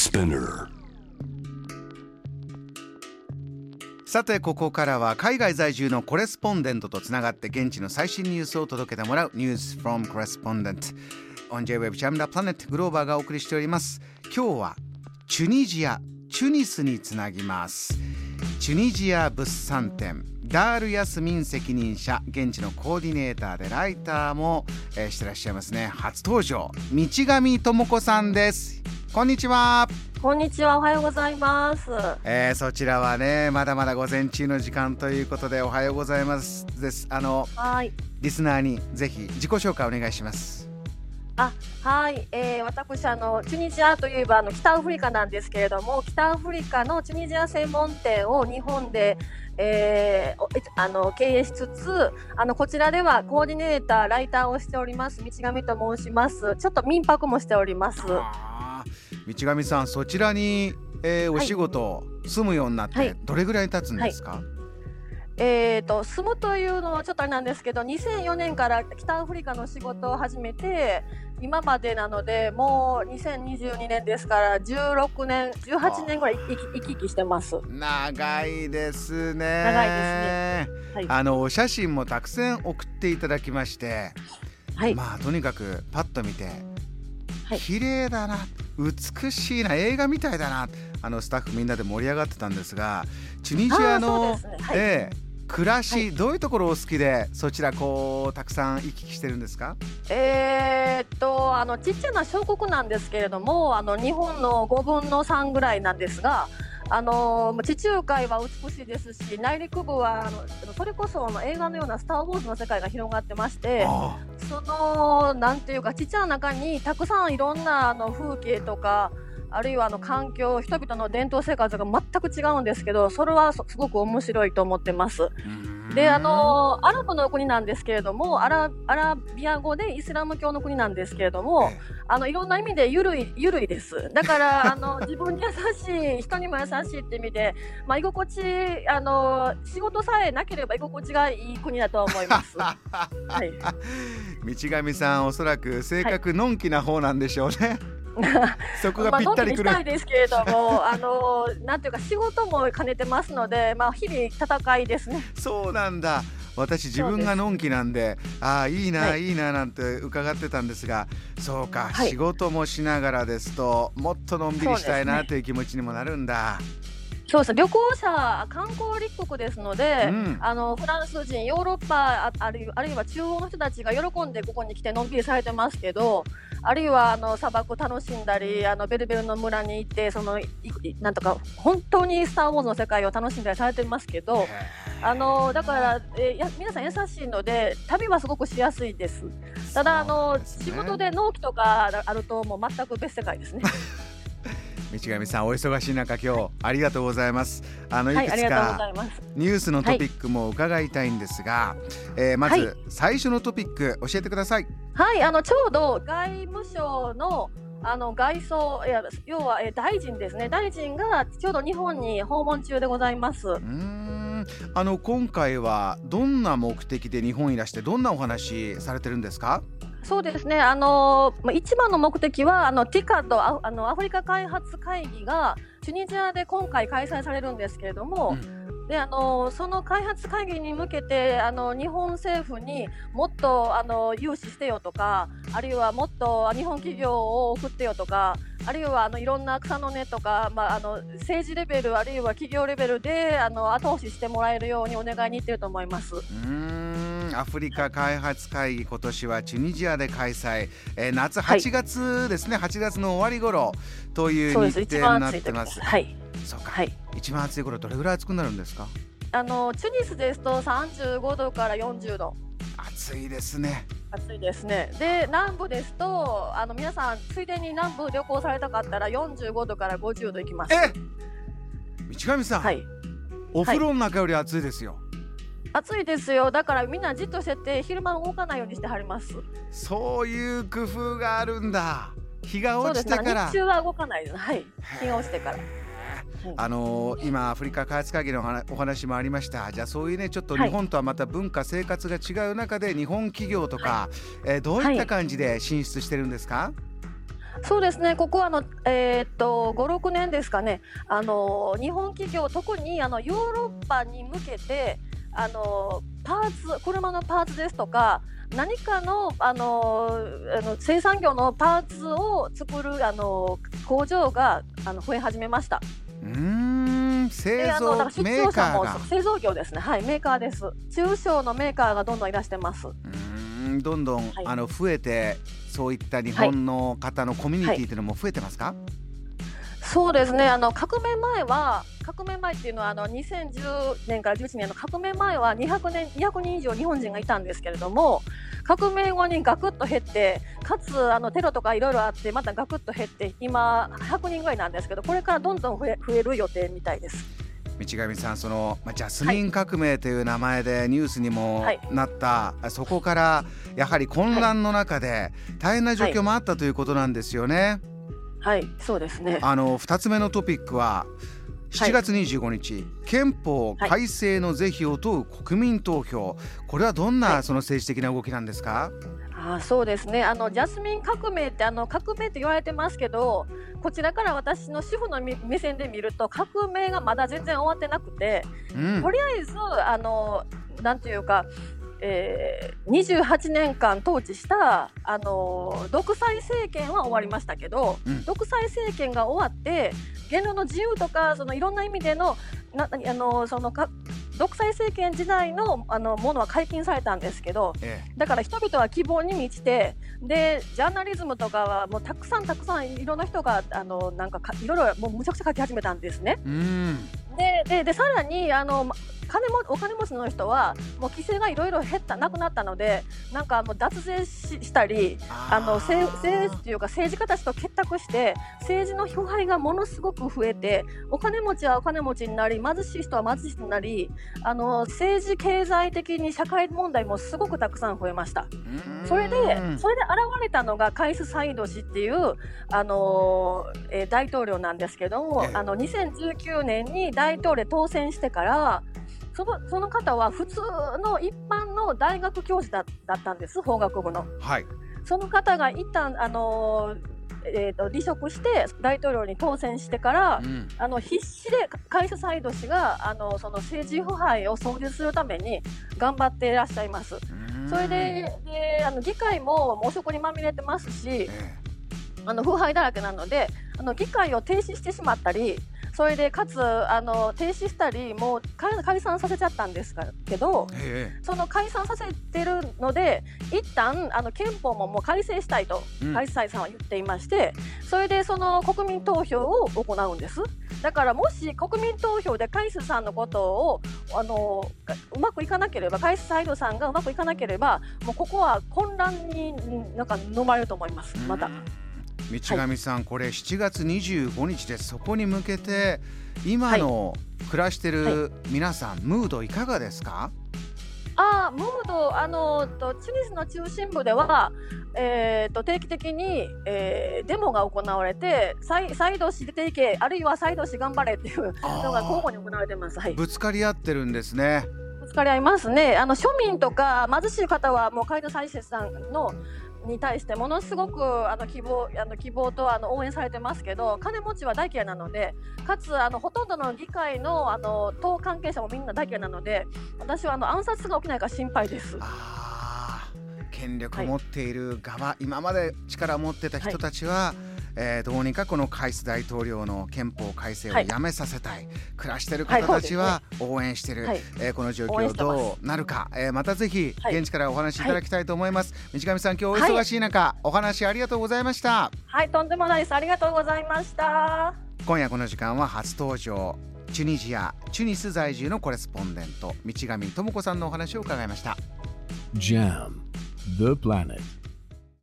Spinner。 さてここからは海外在住のコレスポンデントとつながって現地の最新ニュースを届けてもらう News from Correspondent on J-Web Jam the Planet グローバーがお送りしております。今日はチュニジアチュニスにつなぎます。チュニジア物産展ダール・ヤスミン責任者、現地のコーディネーターでライターも、してらっしゃいますね。初登場道上智子さんです。こんにちは。 こんにちは、おはようございます。 そちらはねまだまだ午前中の時間ということでおはようございますです。 はい、 リスナーにぜひ自己紹介お願いします。 はい、私チュニジアといえば北アフリカなんですけれども、北アフリカのチュニジア専門店を日本で、経営しつつこちらではコーディネーターライターをしております道上と申します。ちょっと民泊もしております。 道上さん、そちらに、お仕事、住むようになってどれぐらい経つんですか？ 住むというのはちょっとあれなんですけど、2004年から北アフリカの仕事を始めて今までなのでもう2022年ですから16年18年ぐらい行き来してます。 長いですね。 長いですね、はい、 お写真もたくさん送っていただきまして、 はい、 とにかくパッと見て、 はい、 綺麗だな、美しいな、映画みたいだな、スタッフみんなで盛り上がってたんですが、チュニジアの、暮らし、どういうところを好きでそちらたくさん行き来してるんですか？ ちっちゃな小国なんですけれども日本の5分の3ぐらいなんですが地中海は美しいですし、内陸部はそれこそ映画のようなスター・ウォーズの世界が広がってまして、なんていうかちっちゃな中にたくさんいろんな風景とかあるいは環境、人々の伝統生活が全く違うんですけど、それはすごく面白いと思ってます。でアラブの国なんですけれども、アラビア語でイスラム教の国なんですけれども、いろんな意味でゆるいです。だから自分に優しい、人にも優しいって意味で、居心地仕事さえなければ居心地がいい国だと思います、はい、 道上さん、おそらく性格のんきな方なんでしょうね。そこがぴったりくる。 のんきにしたいですけれどもなんていうか仕事も兼ねてますので、日々戦いですね。 そうなんだ。私自分がのんきなんでいいな、いいななんて伺ってたんですが、そうか、仕事もしながらですともっとのんびりしたいなという気持ちにもなるんだ。 そうです。旅行者、観光立国ですので、フランス人、ヨーロッパあるいは中央の人たちが喜んでここに来てのんびりされてますけど、あるいは砂漠楽しんだりベルベルの村に行ってなんとか本当にスター・ウォーズの世界を楽しんだりされてますけど、だから皆さん優しいので旅はすごくしやすいです。ただ仕事で納期とかあるともう全く別世界ですね。 道上さん、お忙しい中今日ありがとうございます。いくつかニュースのトピックも伺いたいんですが、まず最初のトピック教えてください。 はい、ちょうど外務省の外相、要は大臣ですね。大臣がちょうど日本に訪問中でございます。 今回はどんな目的で日本にいらしてどんなお話されてるんですか？ そうですね、一番の目的はTICAD、アフリカ開発会議がチュニジアで今回開催されるんですけれども、でその開発会議に向けて日本政府にもっと融資してよとか、あるいはもっと日本企業を送ってよとか、あるいはいろんな草の根とか、政治レベルあるいは企業レベルで後押ししてもらえるようにお願いに行っていると思います。 アフリカ開発会議、今年はチュニジアで開催、夏8月ですね、8月の終わり頃という日程になってます。そうか、一番暑い頃どれぐらい暑くなるんですか？ チュニスですと35度から40度。 暑いですね。 暑いですね。で南部ですと皆さんついでに南部旅行されたかったら45度から50度行きます。 道上さん、お風呂の中より暑いですよ。 暑いですよ。だからみんなじっとしてて昼間動かないようにしてはります。 そういう工夫があるんだ。日が落ちてから。 日中は動かないです。日が落ちてから。 今アフリカ開発会議のお話もありました。じゃあそういうね、ちょっと日本とはまた文化生活が違う中で日本企業とか、どういった感じで進出してるんですか？ そうですね、ここは5、6年ですかね、日本企業、特にヨーロッパに向けてパーツ、車のパーツですとか、何かの、生産業のパーツを作る工場が増え始めました。 製造メーカーが製造業ですね、はい、メーカーです。中小のメーカーがどんどんいらしてます。 どんどん、増えて、そういった日本の方のコミュニティというのも増えてますか？ そうですね、革命前っていうのは2010年から11年の革命前は200人以上日本人がいたんですけれども、革命後にガクッと減って、かつテロとかいろいろあってまたガクッと減って、今100人ぐらいなんですけど、これからどんどん増える予定みたいです。 道上さん、ジャスミン革命という名前でニュースにもなった、そこからやはり混乱の中で大変な状況もあったということなんですよね。 はい、そうですね。 2つ目のトピックは7月25日、憲法改正の是非を問う国民投票、これはどんなその政治的な動きなんですか？ そうですね、ジャスミン革命って革命って言われてますけど、こちらから私の主婦の目線で見ると、革命がまだ全然終わってなくて、とりあえずなんていうか、28年間統治した独裁政権は終わりましたけど、独裁政権が終わって言論の自由とかいろんな意味での独裁政権時代のものは解禁されたんですけど、だから人々は希望に満ちて、でジャーナリズムとかはもうたくさんいろんな人がなんかいろいろもうむちゃくちゃ書き始めたんですね。でさらにお金持ちの人はもう規制がいろいろなくなったので、なんか脱税したり政治家たちと結託して政治の腐敗がものすごく増えて、お金持ちはお金持ちになり、貧しい人は貧しい人になり、政治経済的に社会問題もすごくたくさん増えました。それで現れたのがカイス・サイド氏っていう大統領なんですけども、2019年に大統領当選してから、その方は普通の一般の大学教授だったんです、法学部の。その方が一旦離職して大統領に当選してから、必死でカイス・サイド氏がその政治腐敗を掃除するために頑張っていらっしゃいます。それで議会も汚職にまみれてますし、腐敗だらけなので議会を停止してしまったり、それでかつ停止したり、もう解散させちゃったんですけど、その解散させてるので一旦憲法ももう改正したいとカイスさんは言っていまして、それでその国民投票を行うんです。だからもし国民投票でカイスさんのことをうまくいかなければ、カイスサイドさんがうまくいかなければ、もうここは混乱になんか飲まれると思います。また道上さん、これ7月25日です。そこに向けて今の暮らしてる皆さん、ムードいかがですか？ ムードチュニスの中心部では、定期的に、デモが行われて、サイド氏出ていけ、あるいはサイド氏頑張れっていうのが交互に行われています。 ぶつかり合ってるんですね。 ぶつかり合いますね。庶民とか貧しい方はもうカイド・サイセスさんに対してものすごく希望と応援されてますけど、金持ちは大嫌いなので、かつほとんどの議会の党関係者もみんな大嫌いなので、私は暗殺が起きないか心配です。 権力を持っている側、今まで力を持ってた人たちは、どうにかこのカイス大統領の憲法改正をやめさせたい、暮らしている方たちは応援している、この状況どうなるか、またぜひ現地からお話しいただきたいと思います。道上さん、今日お忙しい中、お話ありがとうございました。 とんでもないです。ありがとうございました。 今夜この時間は初登場、チュニジア、チュニス在住のコレスポンデント、道上智子さんのお話を伺いました。 JAM, The Planet